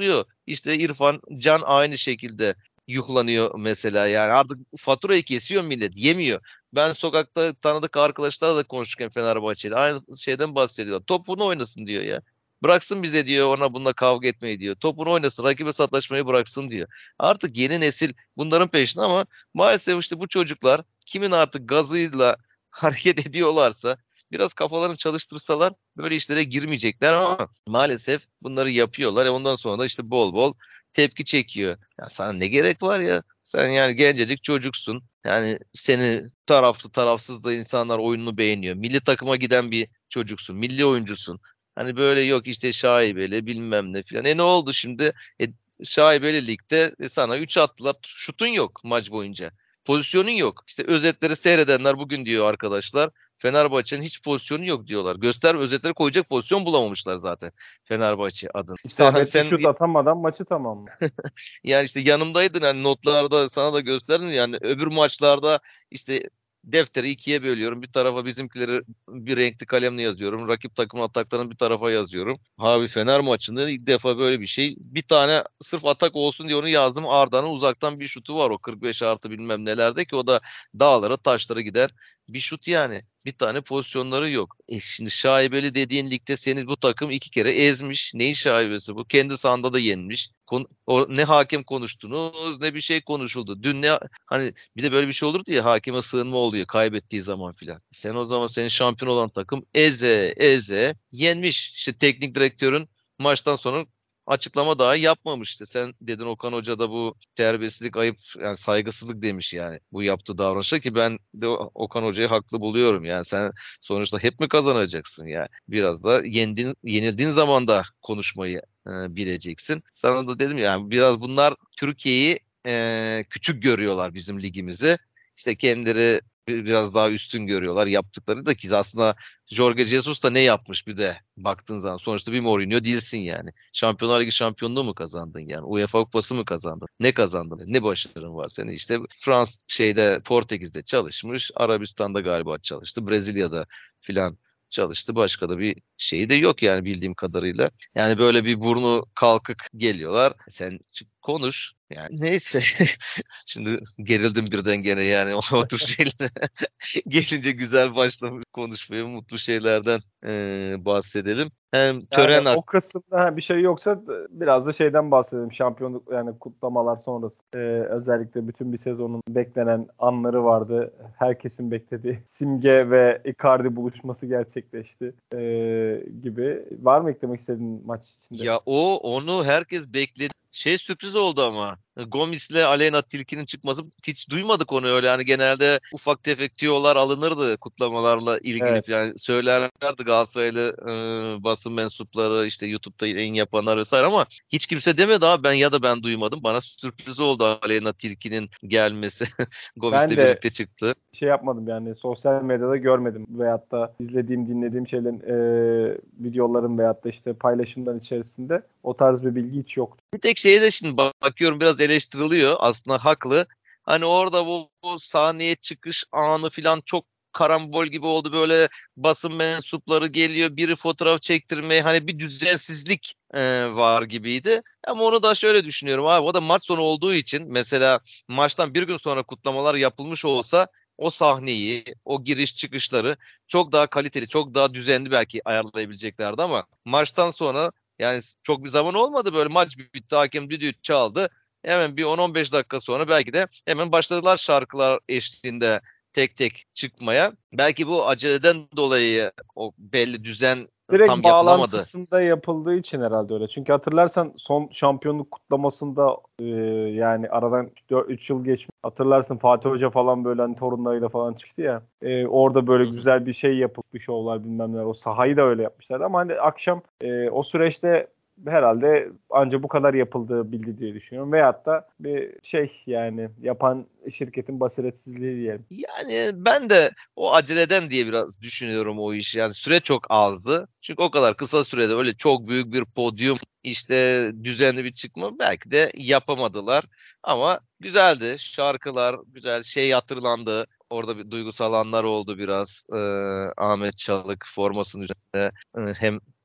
İşte İrfan Can aynı şekilde yuhlanıyor mesela, yani artık faturayı kesiyor millet, yemiyor. Ben sokakta tanıdık arkadaşlarla da konuşurken Fenerbahçeli aynı şeyden bahsediyorlar. Topunu oynasın diyor ya. Bıraksın bize diyor, ona bununla kavga etmeyi diyor. Topunu oynasın, rakibe sataşmayı bıraksın diyor. Artık yeni nesil bunların peşinde ama maalesef işte bu çocuklar kimin artık gazıyla hareket ediyorlarsa biraz kafalarını çalıştırsalar böyle işlere girmeyecekler ama maalesef bunları yapıyorlar. E ondan sonra da işte bol bol tepki çekiyor. Ya sana ne gerek var ya? Sen yani gencecik çocuksun. Yani seni taraflı tarafsız da insanlar oyununu beğeniyor. Milli takıma giden bir çocuksun. Milli oyuncusun. Hani böyle yok işte şaibeli bilmem ne filan. E ne oldu şimdi? E, şaibeli ligde e, sana üç attılar. Şutun yok maç boyunca. Pozisyonun yok. İşte özetleri seyredenler bugün diyor arkadaşlar. Fenerbahçe'nin hiç pozisyonu yok diyorlar. Göster özetleri koyacak pozisyon bulamamışlar zaten Fenerbahçe adına. Sen, İsabetli sen şut atamadan maçı tamam. yani işte yanımdaydın, hani notlarda sana da gösterdim, yani öbür maçlarda işte defteri ikiye bölüyorum. Bir tarafa bizimkileri bir renkli kalemle yazıyorum. Rakip takım ataklarını bir tarafa yazıyorum. Abi Fener maçında ilk defa böyle bir şey. Bir tane sırf atak olsun diye onu yazdım. Arda'nın uzaktan bir şutu var, o kırk beş artı bilmem nelerde ki o da dağlara taşlara gider bir şut yani. Bir tane pozisyonları yok. E şimdi şaibeli dediğin ligde seni bu takım iki kere ezmiş. Neyin şaibesi bu? Kendi sahanda da yenmiş. Kon- o, ne hakem konuştunuz ne bir şey konuşuldu. Dün ne hani bir de böyle bir şey olurdu ya, hakeme sığınma oluyor kaybettiği zaman filan. Sen o zaman senin şampiyon olan takım eze eze yenmiş. İşte teknik direktörün maçtan sonra açıklama daha yapmamıştı. Sen dedin Okan Hoca da bu terbiyesizlik, ayıp, yani saygısızlık demiş yani bu yaptığı davranışa, ki ben de Okan Hoca'yı haklı buluyorum. Yani sen sonuçta hep mi kazanacaksın yani? Biraz da yendin, yenildiğin zaman da konuşmayı e, bileceksin. Sana da dedim yani biraz bunlar Türkiye'yi e, küçük görüyorlar, bizim ligimizi. İşte kendileri bir- biraz daha üstün görüyorlar yaptıkları da, ki aslında Jorge Jesus da ne yapmış bir de baktığın zaman. Sonuçta bir Mourinho değilsin yani. Şampiyonlar Ligi şampiyonluğu mu kazandın yani? UEFA Kupası mı kazandın? Ne kazandın? Ne başarın var senin? İşte Frans şeyde Portekiz'de çalışmış, Arabistan'da galiba çalıştı, Brezilya'da filan çalıştı. Başka da bir şeyi de yok yani bildiğim kadarıyla. Yani böyle bir burnu kalkık geliyorlar. Sen çık konuş. Yani neyse. Şimdi gerildim birden gene yani o tür şeylere. Gelince güzel başlamış konuşmaya, mutlu şeylerden eee, bahsedelim. Hem Yani tören o kısımda ha, bir şey yoksa da biraz da şeyden bahsedelim. Şampiyonluk yani kutlamalar sonrası. Ee, özellikle bütün bir sezonun beklenen anları vardı. Herkesin beklediği Simge ve Icardi buluşması gerçekleşti ee, gibi. Var mı eklemek istediğin maç içinde? ya o onu herkes bekledi. Şey sürpriz oldu ama. Gomis'le Aleyna Tilki'nin çıkması, hiç duymadık onu öyle. Yani genelde ufak tefek tüyolar alınırdı kutlamalarla ilgili Evet. falan. Söylerlerdi Galatasaraylı e, basın mensupları, işte YouTube'da yayın yapanlar vesaire ama hiç kimse demedi abi, ben ya da ben duymadım. Bana sürpriz oldu Aleyna Tilki'nin gelmesi. Gomis'le Ben de birlikte çıktı. şey yapmadım yani sosyal medyada görmedim veyahut da izlediğim dinlediğim şeylerin e, videoların veyahut da işte paylaşımların içerisinde o tarz bir bilgi hiç yoktu. Bir tek şeye de şimdi bak- bakıyorum biraz eleştiriliyor. Aslında haklı. Hani orada bu, bu sahneye çıkış anı falan çok karambol gibi oldu. Böyle basın mensupları geliyor, biri fotoğraf çektirmeye, hani bir düzensizlik e, var gibiydi. Ama onu da şöyle düşünüyorum abi. O da maç sonu olduğu için, mesela maçtan bir gün sonra kutlamalar yapılmış olsa o sahneyi, o giriş çıkışları çok daha kaliteli, çok daha düzenli belki ayarlayabileceklerdi ama maçtan sonra yani çok bir zaman olmadı, böyle maç bitti, hakem düdüğü çaldı. Hemen bir on on beş dakika sonra belki de hemen başladılar şarkılar eşliğinde tek tek çıkmaya. Belki bu aceleden dolayı o belli düzen Direkt tam yapılamadı. bağlantısında yapıldığı için herhalde öyle. Çünkü hatırlarsan son şampiyonluk kutlamasında e, yani aradan üç yıl geçmiş. Hatırlarsın Fatih Hoca falan böyle hani torunlarıyla falan çıktı ya. E, orada böyle Hı hı. güzel bir şey yapılmış, şovlar bilmem neler. O sahayı da öyle yapmışlardı ama hani akşam e, o süreçte herhalde anca bu kadar yapıldığı bildi diye düşünüyorum. Veyahut da bir şey yani yapan şirketin basiretsizliği diyelim. Yani ben de o aceleden diye biraz düşünüyorum o işi. Yani süre çok azdı. Çünkü o kadar kısa sürede öyle çok büyük bir podyum, işte düzenli bir çıkma belki de yapamadılar. Ama güzeldi. Şarkılar güzel, şey hatırlandı. Orada bir duygusal anlar oldu biraz. Ee, Ahmet Çalık formasının üzerinde. Ee, hem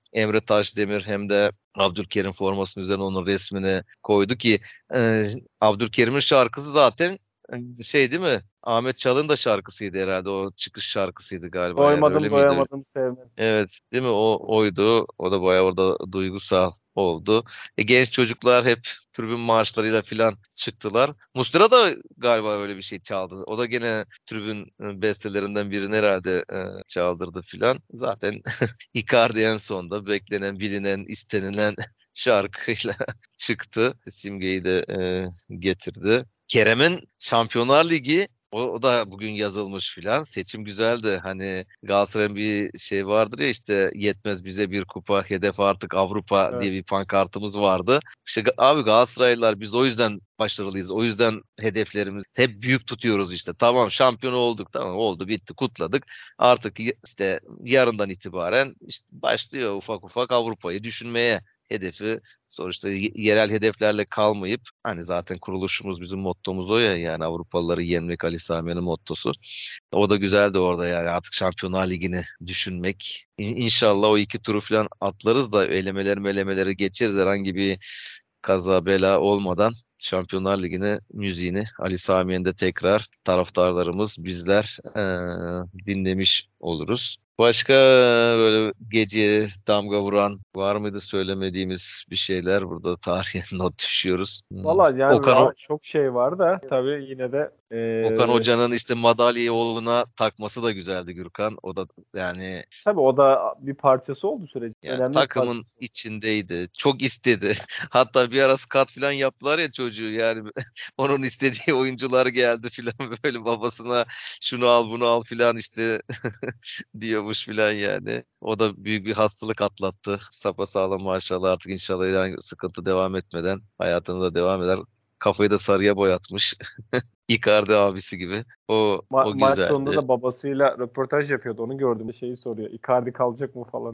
Emre Taşdemir hem de Abdülkerim formasının üzerine onun resmini koydu ki e, Abdülkerim'in şarkısı zaten e, şey değil mi? Ahmet Çalık'ın da şarkısıydı herhalde. O çıkış şarkısıydı galiba, yani öyle Doymadım miydi? doyamadım sevmedim. Evet, değil mi? O oydu. O da bayağı orada duygusal oldu. E, genç çocuklar hep tribün marşlarıyla filan çıktılar. Muslera da galiba öyle bir şey çaldı. O da gene tribün e, bestelerinden birini herhalde e, çaldırdı filan. Zaten Icardi en sonda beklenen, bilinen, istenilen şarkıyla çıktı. Simge'yi de e, getirdi. Kerem'in Şampiyonlar Ligi o, o da bugün yazılmış filan. Seçim güzeldi. Hani Galatasaray'ın bir şey vardır ya, işte yetmez bize bir kupa, hedef artık Avrupa Evet. diye bir pankartımız vardı. İşte ga- abi Galatasaraylılar biz o yüzden başarılıyız. O yüzden hedeflerimiz hep büyük tutuyoruz işte. Tamam şampiyon olduk, tamam oldu bitti, kutladık. Artık y- işte yarından itibaren işte başlıyor ufak ufak Avrupa'yı düşünmeye, hedefi sonuçta y- yerel hedeflerle kalmayıp, hani zaten kuruluşumuz bizim mottomuz o ya, yani Avrupalıları yenmek Ali Sami'nin mottosu. O da güzeldi orada, yani artık Şampiyonlar Ligi'ni düşünmek. İ- İnşallah o iki turu falan atlarız da elemeleri melemeleri geçeriz, herhangi bir kaza bela olmadan Şampiyonlar Ligi'ni müziğini Ali Sami'nin de tekrar taraftarlarımız bizler eee, dinlemiş oluruz. Başka böyle geceye damga vuran var mıydı söylemediğimiz bir şeyler? Burada tarihe not düşüyoruz. Hmm. Valla yani Okan, a- O- çok şey var da tabii yine de Okan eee Hoca'nın işte madalyayı oğluna takması da güzeldi Gürkan. O da yani tabii o da bir parçası oldu sürecin. Yani Önemli bir takımın parçası. içindeydi. Çok istedi. Hatta bir ara scout falan yaptılar ya çocuğu. Yani onun istediği oyuncular geldi filan, böyle babasına şunu al bunu al filan işte diyormuş filan yani. O da büyük bir hastalık atlattı. Sapasağlam maşallah, artık inşallah herhangi bir sıkıntı devam etmeden hayatına da devam eder. Kafayı da sarıya boyatmış. Icardi abisi gibi. O Ma- o maç sonunda güzeldi. da babasıyla röportaj yapıyordu. Onu gördüm. Şeyi soruyor. Icardi kalacak mı falan.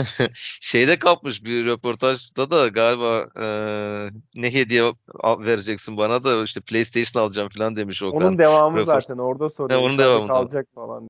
Şeyde kapmış bir röportajda da galiba, eee, ne hediye al- vereceksin bana, da işte PlayStation alacağım falan demiş Okan. Onun devamı Röportaj. zaten. Orada Ha, soruyor. onun Icardi devamı tabii. kalacak falan.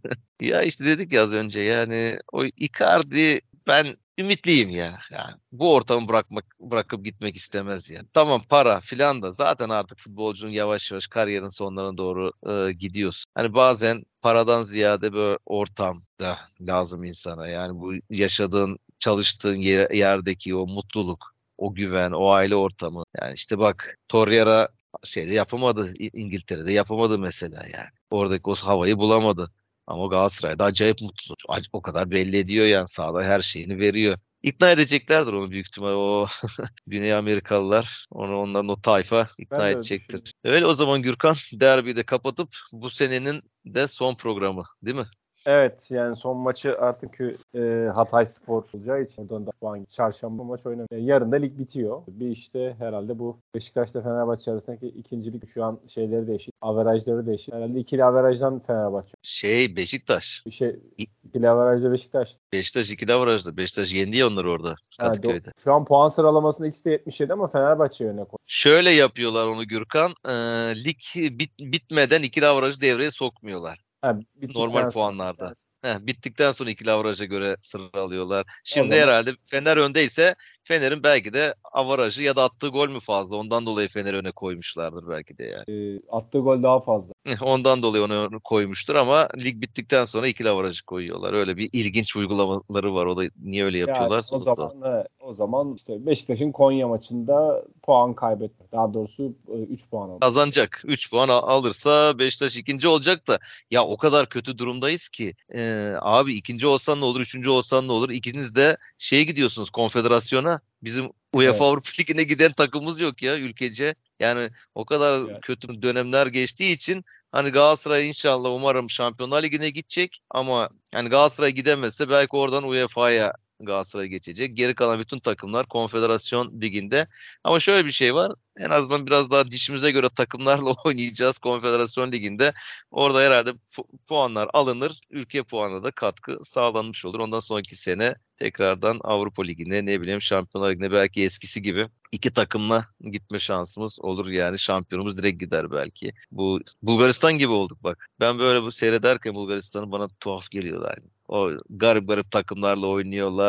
Ya işte dedik ya az önce, yani o Icardi, ben ümitliyim ya. Yani bu ortamı bırakmak bırakıp gitmek istemez ya. Tamam para filan da zaten artık futbolcunun yavaş yavaş kariyerin sonlarına doğru e, gidiyorsun. Hani bazen paradan ziyade böyle ortam da lazım insana. Yani bu yaşadığın, çalıştığın yer- yerdeki o mutluluk, o güven, o aile ortamı. Yani işte bak Torreira şeyde yapamadı, İ- İngiltere'de yapamadı mesela yani. Oradaki o havayı bulamadı. Ama Galatasaray'da acayip mutlu. Ac- O kadar belli ediyor yani, sahada her şeyini veriyor. İkna edeceklerdir onu büyük ihtimal, o Güney Amerikalılar. Onu, onların o tayfa ikna Ben de öyle edecektir. düşünüyorum. Öyle o zaman Gürkan, derbiyi de kapatıp bu senenin de son programı değil mi? Evet yani son maçı artık e, Hatayspor olacağı için oradan da puan çarşamba maç oynanıyor. E, yarın da lig bitiyor. Bir işte herhalde bu Beşiktaş'la Fenerbahçe arasındaki ikincilik şu an şeyleri de eşit. Averajları da eşit. Herhalde ikili averajdan Fenerbahçe. Şey Beşiktaş. Bir şey İ- ikili averajda Beşiktaş. Beşiktaş ikili avarajda. Beşiktaş yendi ya onları orada Ha, do- Kadıköy'de. şu an puan sıralamasında ikisi de yetmiş yedi ama Fenerbahçe yöne koy. Şöyle yapıyorlar onu Gürkan. Ee, lig bit- bitmeden ikili avarajı devreye sokmuyorlar. Ha, Normal bittikten sonra. puanlarda. Evet. Heh, bittikten sonra ikili averaja göre sıralıyorlar. O Şimdi zaman herhalde Fener öndeyse Fener'in belki de avarajı ya da attığı gol mü fazla? Ondan dolayı Fener öne koymuşlardır belki de yani. e, attığı gol daha fazla. Heh, Ondan dolayı onu koymuştur ama lig bittikten sonra ikili avarajı koyuyorlar. Öyle bir ilginç uygulamaları var. O da niye öyle Yani yapıyorlarsa o o da tuhaf. zaman e, o zaman işte Beşiktaş'ın Konya maçında puan kaybetmek. Daha doğrusu üç puan aldı. Kazanacak. üç puan al- alırsa Beşiktaş ikinci olacak da, ya o kadar kötü durumdayız ki e, abi, ikinci olsan ne olur, üçüncü olsan ne olur, ikiniz de şeye gidiyorsunuz, konfederasyona. Bizim UEFA Evet. Avrupa Ligi'ne giden takımımız yok ya ülkece. Yani o kadar Yani, kötü dönemler geçtiği için hani Galatasaray inşallah umarım Şampiyonlar Ligi'ne gidecek, ama yani Galatasaray gidemezse belki oradan U E F A'ya Galatasaray geçecek. Geri kalan bütün takımlar Konfederasyon Ligi'nde. Ama şöyle bir şey var. En azından biraz daha dişimize göre takımlarla oynayacağız Konfederasyon Ligi'nde. Orada herhalde pu- puanlar alınır. Ülke puanına da katkı sağlanmış olur. Ondan sonraki sene tekrardan Avrupa Ligi'ne, ne bileyim Şampiyonlar Ligi'ne, belki eskisi gibi iki takımla gitme şansımız olur yani. Şampiyonumuz direkt gider belki. Bu Bulgaristan gibi olduk bak. Ben böyle bu seyrederken Bulgaristan'ı bana tuhaf geliyorlar. Yani. O garip garip takımlarla oynuyorlar.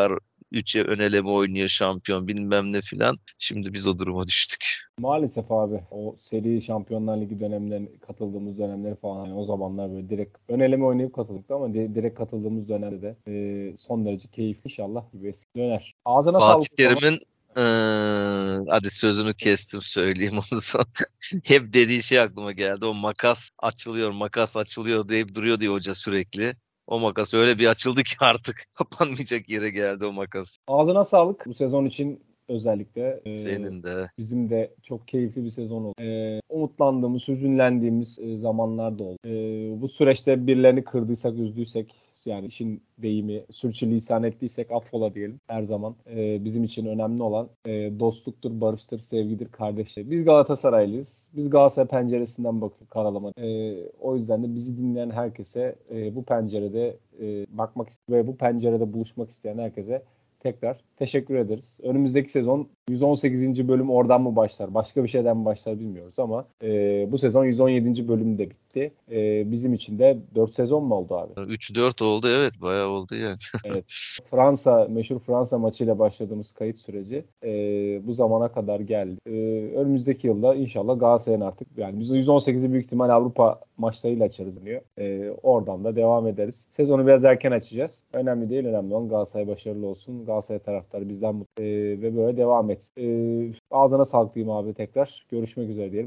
üçe ön eleme oynuyor şampiyon bilmem ne filan. Şimdi biz o duruma düştük. Maalesef abi o seri Şampiyonlar Ligi dönemlerine katıldığımız dönemleri falan yani o zamanlar böyle direkt ön eleme oynayıp katıldık ama di- direkt katıldığımız dönemde de e, son derece keyifli inşallah gibi eski döner. Ağzına Fatih sağlık o zaman. Terim'in eee, hadi sözünü kestim söyleyeyim onu son. Hep dediği şey aklıma geldi. O makas açılıyor, makas açılıyor deyip duruyor diyor hoca sürekli. O makas öyle bir açıldı ki artık kapanmayacak yere geldi o makas. Ağzına sağlık bu sezon için özellikle. E, Senin de. Bizim de çok keyifli bir sezon oldu. E, umutlandığımız, hüzünlendiğimiz e, zamanlar da oldu. E, bu süreçte birilerini kırdıysak, üzdüysek yani işin deyimi sürçülisan ettiysek affola diyelim her zaman. E, bizim için önemli olan e, dostluktur, barıştır, sevgidir, kardeşlik. Biz Galatasaraylıyız. Biz Galatasaray penceresinden bakıyoruz karalama. E, o yüzden de bizi dinleyen herkese e, bu pencerede e, bakmak ve bu pencerede buluşmak isteyen herkese tekrar teşekkür ederiz. Önümüzdeki sezon yüz on sekizinci bölüm oradan mı başlar? Başka bir şeyden mi başlar bilmiyoruz ama e, bu sezon yüz on yedinci bölüm de bitti. E, bizim için de dört sezon mu oldu abi? üç dört oldu evet bayağı oldu yani. Evet. Fransa, meşhur Fransa maçıyla başladığımız kayıt süreci e, bu zamana kadar geldi. E, önümüzdeki yılda inşallah Galatasaray'ın artık yani biz yüz on sekizi büyük ihtimal Avrupa maçlarıyla açarız diyor. E, oradan da devam ederiz. Sezonu biraz erken açacağız. Önemli değil, önemli olan Galatasaray başarılı olsun. Galatasaray taraftarı bizden mutlu e, ve böyle devam etsin. E, ağzına sağlık diyeyim abi tekrar. Görüşmek üzere diyelim.